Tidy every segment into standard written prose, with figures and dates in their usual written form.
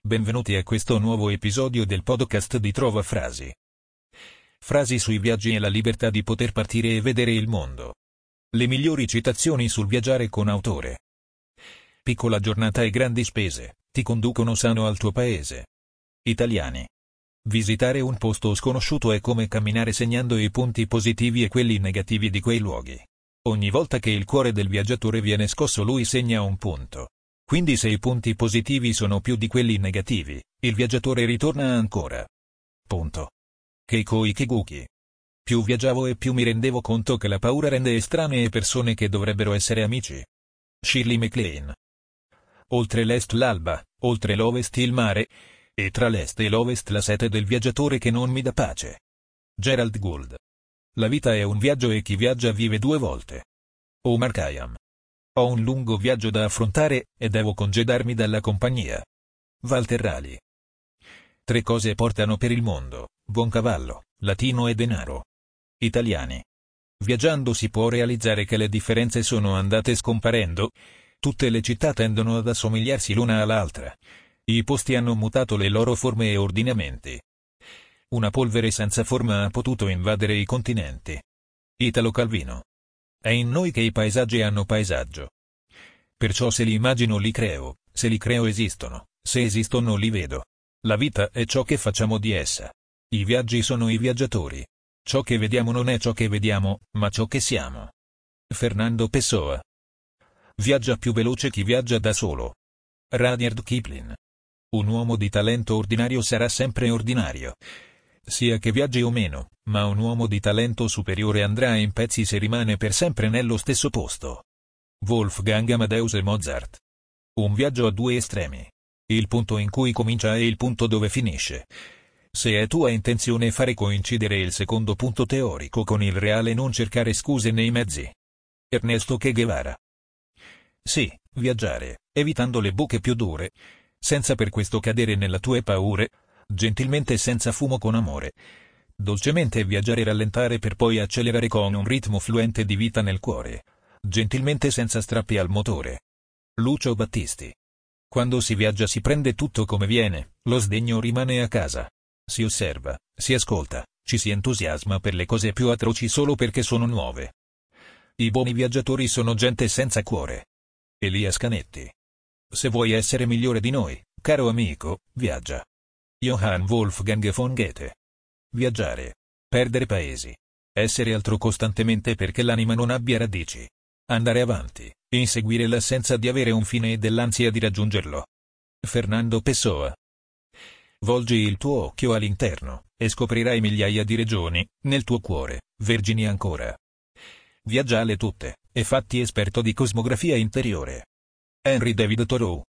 Benvenuti a questo nuovo episodio del podcast di Trova Frasi. Frasi sui viaggi e la libertà di poter partire e vedere il mondo. Le migliori citazioni sul viaggiare con autore. Piccola giornata e grandi spese, ti conducono sano al tuo paese. Italiani. Visitare un posto sconosciuto è come camminare segnando i punti positivi e quelli negativi di quei luoghi. Ogni volta che il cuore del viaggiatore viene scosso lui segna un punto. Quindi se i punti positivi sono più di quelli negativi, il viaggiatore ritorna ancora. Punto. Keiko Ikiguchi. Più viaggiavo e più mi rendevo conto che la paura rende estranee persone che dovrebbero essere amici. Shirley MacLaine. Oltre l'est l'alba, oltre l'ovest il mare, e tra l'est e l'ovest la sete del viaggiatore che non mi dà pace. Gerald Gould. La vita è un viaggio e chi viaggia vive due volte. Omar Khayyam. Ho un lungo viaggio da affrontare, e devo congedarmi dalla compagnia. Walter Raleigh. Tre cose portano per il mondo: buon cavallo, latino e denaro. Italiani. Viaggiando si può realizzare che le differenze sono andate scomparendo. Tutte le città tendono ad assomigliarsi l'una all'altra. I posti hanno mutato le loro forme e ordinamenti. Una polvere senza forma ha potuto invadere i continenti. Italo Calvino. È in noi che i paesaggi hanno paesaggio. Perciò se li immagino li creo, se li creo esistono, se esistono li vedo. La vita è ciò che facciamo di essa. I viaggi sono i viaggiatori. Ciò che vediamo non è ciò che vediamo, ma ciò che siamo. Fernando Pessoa. Viaggia più veloce chi viaggia da solo. Rudyard Kipling. Un uomo di talento ordinario sarà sempre ordinario. Sia che viaggi o meno, ma un uomo di talento superiore andrà in pezzi se rimane per sempre nello stesso posto. Wolfgang Amadeus Mozart. Un viaggio a due estremi. Il punto in cui comincia e il punto dove finisce. Se è tua intenzione fare coincidere il secondo punto teorico con il reale, non cercare scuse nei mezzi. Ernesto Che Guevara. Sì, viaggiare, evitando le buche più dure, senza per questo cadere nelle tue paure. Gentilmente senza fumo con amore. Dolcemente viaggiare e rallentare per poi accelerare con un ritmo fluente di vita nel cuore. Gentilmente senza strappi al motore. Lucio Battisti. Quando si viaggia si prende tutto come viene, lo sdegno rimane a casa. Si osserva, si ascolta, ci si entusiasma per le cose più atroci solo perché sono nuove. I buoni viaggiatori sono gente senza cuore. Elias Canetti. Se vuoi essere migliore di noi, caro amico, viaggia. Johann Wolfgang von Goethe. Viaggiare. Perdere paesi. Essere altro costantemente perché l'anima non abbia radici. Andare avanti, inseguire l'assenza di avere un fine e dell'ansia di raggiungerlo. Fernando Pessoa. Volgi il tuo occhio all'interno, e scoprirai migliaia di regioni, nel tuo cuore, vergini ancora. Viaggiale tutte, e fatti esperto di cosmografia interiore. Henry David Thoreau.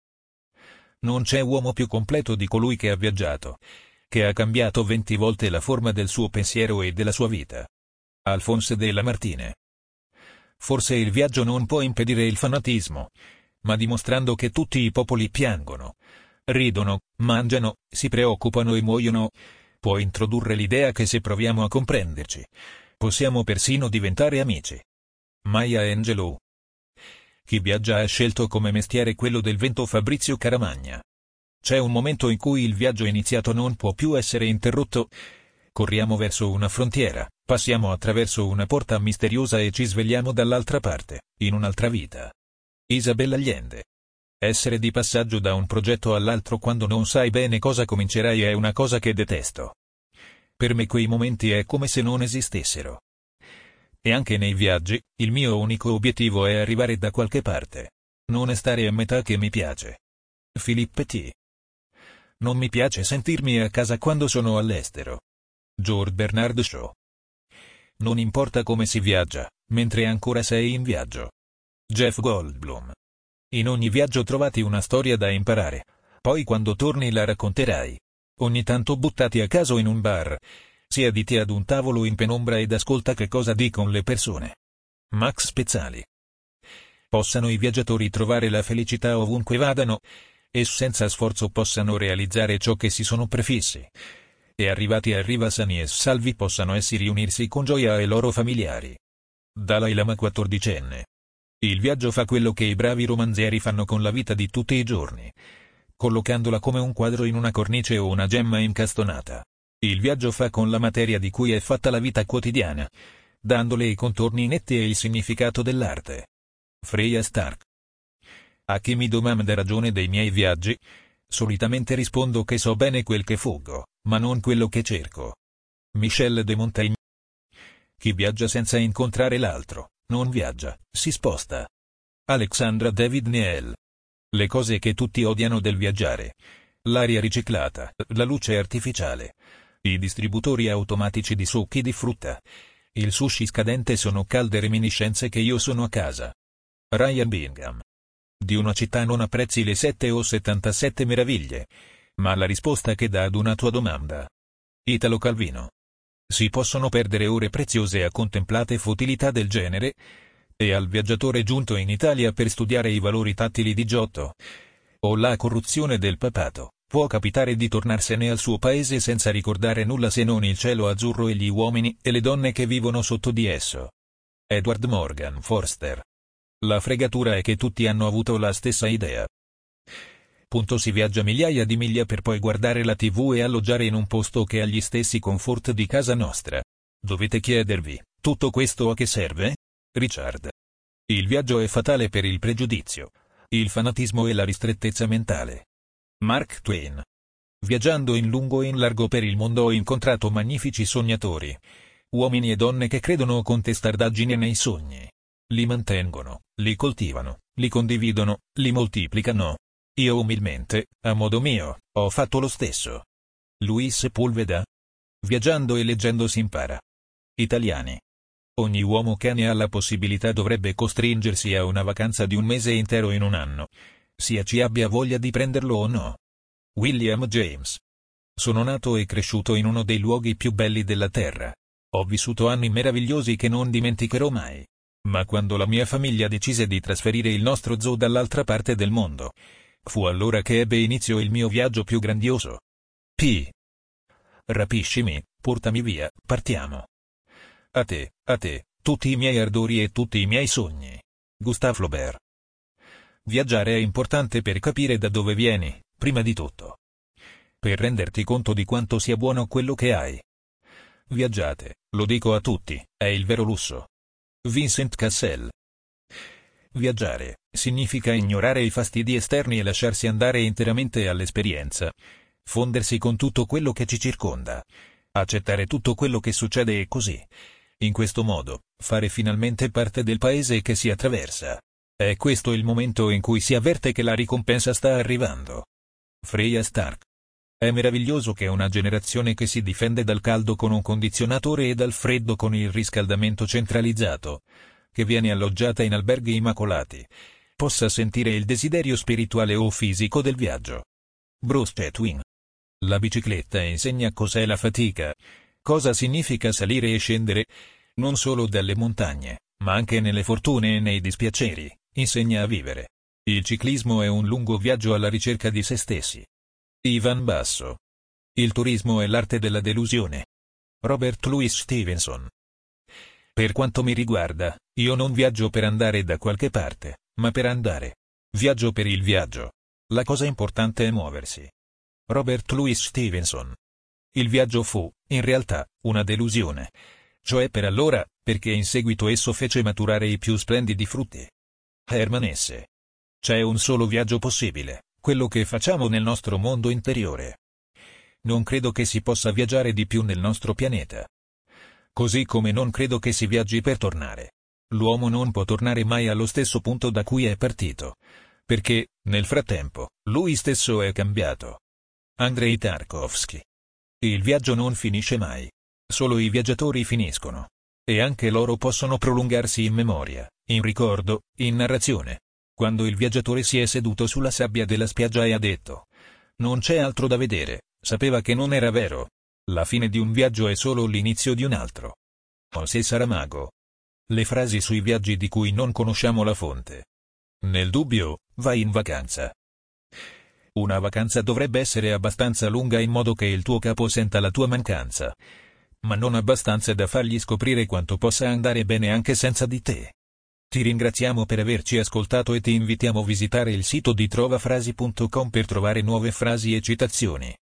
Non c'è uomo più completo di colui che ha viaggiato, che ha cambiato 20 volte la forma del suo pensiero e della sua vita. Alphonse de Lamartine. Forse il viaggio non può impedire il fanatismo, ma dimostrando che tutti i popoli piangono, ridono, mangiano, si preoccupano e muoiono, può introdurre l'idea che se proviamo a comprenderci, possiamo persino diventare amici. Maya Angelou. Chi viaggia ha scelto come mestiere quello del vento. Fabrizio Caramagna. C'è un momento in cui il viaggio iniziato non può più essere interrotto. Corriamo verso una frontiera, passiamo attraverso una porta misteriosa e ci svegliamo dall'altra parte, in un'altra vita. Isabel Allende. Essere di passaggio da un progetto all'altro quando non sai bene cosa comincerai è una cosa che detesto. Per me quei momenti è come se non esistessero. E anche nei viaggi, il mio unico obiettivo è arrivare da qualche parte. Non è stare a metà che mi piace. Philippe Petit. Non mi piace sentirmi a casa quando sono all'estero. George Bernard Shaw. Non importa come si viaggia, mentre ancora sei in viaggio. Jeff Goldblum. In ogni viaggio trovati una storia da imparare. Poi quando torni la racconterai. Ogni tanto buttati a caso in un bar. Siediti ad un tavolo in penombra ed ascolta che cosa dicono le persone. Max Pezzali. Possano i viaggiatori trovare la felicità ovunque vadano, e senza sforzo possano realizzare ciò che si sono prefissi. E arrivati a riva sani e salvi possano essi riunirsi con gioia ai loro familiari. Dalai Lama XIV. Il viaggio fa quello che i bravi romanzieri fanno con la vita di tutti i giorni. collocandola come un quadro in una cornice o una gemma incastonata. Il viaggio fa con la materia di cui è fatta la vita quotidiana, dandole i contorni netti e il significato dell'arte. Freya Stark. A chi mi domanda ragione dei miei viaggi, solitamente rispondo che so bene quel che fuggo, ma non quello che cerco. Michel de Montaigne. Chi viaggia senza incontrare l'altro, non viaggia, si sposta. Alexandra David Neel. Le cose che tutti odiano del viaggiare. L'aria riciclata, la luce artificiale, i distributori automatici di succhi di frutta, il sushi scadente sono calde reminiscenze che io sono a casa. Ryan Bingham. Di una città non apprezzi le 7 o 77 meraviglie, ma la risposta che dà ad una tua domanda. Italo Calvino. Si possono perdere ore preziose a contemplate futilità del genere, e al viaggiatore giunto in Italia per studiare i valori tattili di Giotto, o la corruzione del papato, può capitare di tornarsene al suo paese senza ricordare nulla se non il cielo azzurro e gli uomini e le donne che vivono sotto di esso. Edward Morgan Forster. La fregatura è che tutti hanno avuto la stessa idea. Si viaggia migliaia di miglia per poi guardare la TV e alloggiare in un posto che ha gli stessi comfort di casa nostra. Dovete chiedervi, tutto questo a che serve? Richard. Il viaggio è fatale per il pregiudizio, il fanatismo e la ristrettezza mentale. Mark Twain. Viaggiando in lungo e in largo per il mondo ho incontrato magnifici sognatori, uomini e donne che credono con testardaggine nei sogni. Li mantengono, li coltivano, li condividono, li moltiplicano. Io umilmente, a modo mio, ho fatto lo stesso. Luis Sepulveda. Viaggiando e leggendo si impara. Italiani. Ogni uomo che ne ha la possibilità dovrebbe costringersi a una vacanza di un mese intero in un anno, sia ci abbia voglia di prenderlo o no. William James. Sono nato e cresciuto in uno dei luoghi più belli della terra. Ho vissuto anni meravigliosi che non dimenticherò mai. Ma quando la mia famiglia decise di trasferire il nostro zoo dall'altra parte del mondo, fu allora che ebbe inizio il mio viaggio più grandioso. Rapiscimi, portami via, partiamo. A te, tutti i miei ardori e tutti i miei sogni. Gustave Flaubert. Viaggiare è importante per capire da dove vieni, prima di tutto. Per renderti conto di quanto sia buono quello che hai. Viaggiate, lo dico a tutti, è il vero lusso. Vincent Cassel. Viaggiare significa ignorare i fastidi esterni e lasciarsi andare interamente all'esperienza. Fondersi con tutto quello che ci circonda. Accettare tutto quello che succede e così, in questo modo, fare finalmente parte del paese che si attraversa. È questo il momento in cui si avverte che la ricompensa sta arrivando. Freya Stark. È meraviglioso che una generazione che si difende dal caldo con un condizionatore e dal freddo con il riscaldamento centralizzato, che viene alloggiata in alberghi immacolati, possa sentire il desiderio spirituale o fisico del viaggio. Bruce Chatwin. La bicicletta insegna cos'è la fatica, cosa significa salire e scendere, non solo dalle montagne, ma anche nelle fortune e nei dispiaceri, insegna a vivere. Il ciclismo è un lungo viaggio alla ricerca di se stessi. Ivan Basso. Il turismo è l'arte della delusione. Robert Louis Stevenson. Per quanto mi riguarda, io non viaggio per andare da qualche parte, ma per andare. Viaggio per il viaggio. La cosa importante è muoversi. Robert Louis Stevenson. Il viaggio fu, in realtà, una delusione. Cioè per allora, perché in seguito esso fece maturare i più splendidi frutti. Hermann Hesse. C'è un solo viaggio possibile, quello che facciamo nel nostro mondo interiore. Non credo che si possa viaggiare di più nel nostro pianeta. Così come non credo che si viaggi per tornare. L'uomo non può tornare mai allo stesso punto da cui è partito. Perché, nel frattempo, lui stesso è cambiato. Andrei Tarkovsky. Il viaggio non finisce mai. Solo i viaggiatori finiscono. E anche loro possono prolungarsi in memoria, in ricordo, in narrazione. Quando il viaggiatore si è seduto sulla sabbia della spiaggia e ha detto: non c'è altro da vedere, sapeva che non era vero. La fine di un viaggio è solo l'inizio di un altro. José Saramago. Le frasi sui viaggi di cui non conosciamo la fonte. Nel dubbio, vai in vacanza. Una vacanza dovrebbe essere abbastanza lunga in modo che il tuo capo senta la tua mancanza, ma non abbastanza da fargli scoprire quanto possa andare bene anche senza di te. Ti ringraziamo per averci ascoltato e ti invitiamo a visitare il sito di trovafrasi.com per trovare nuove frasi e citazioni.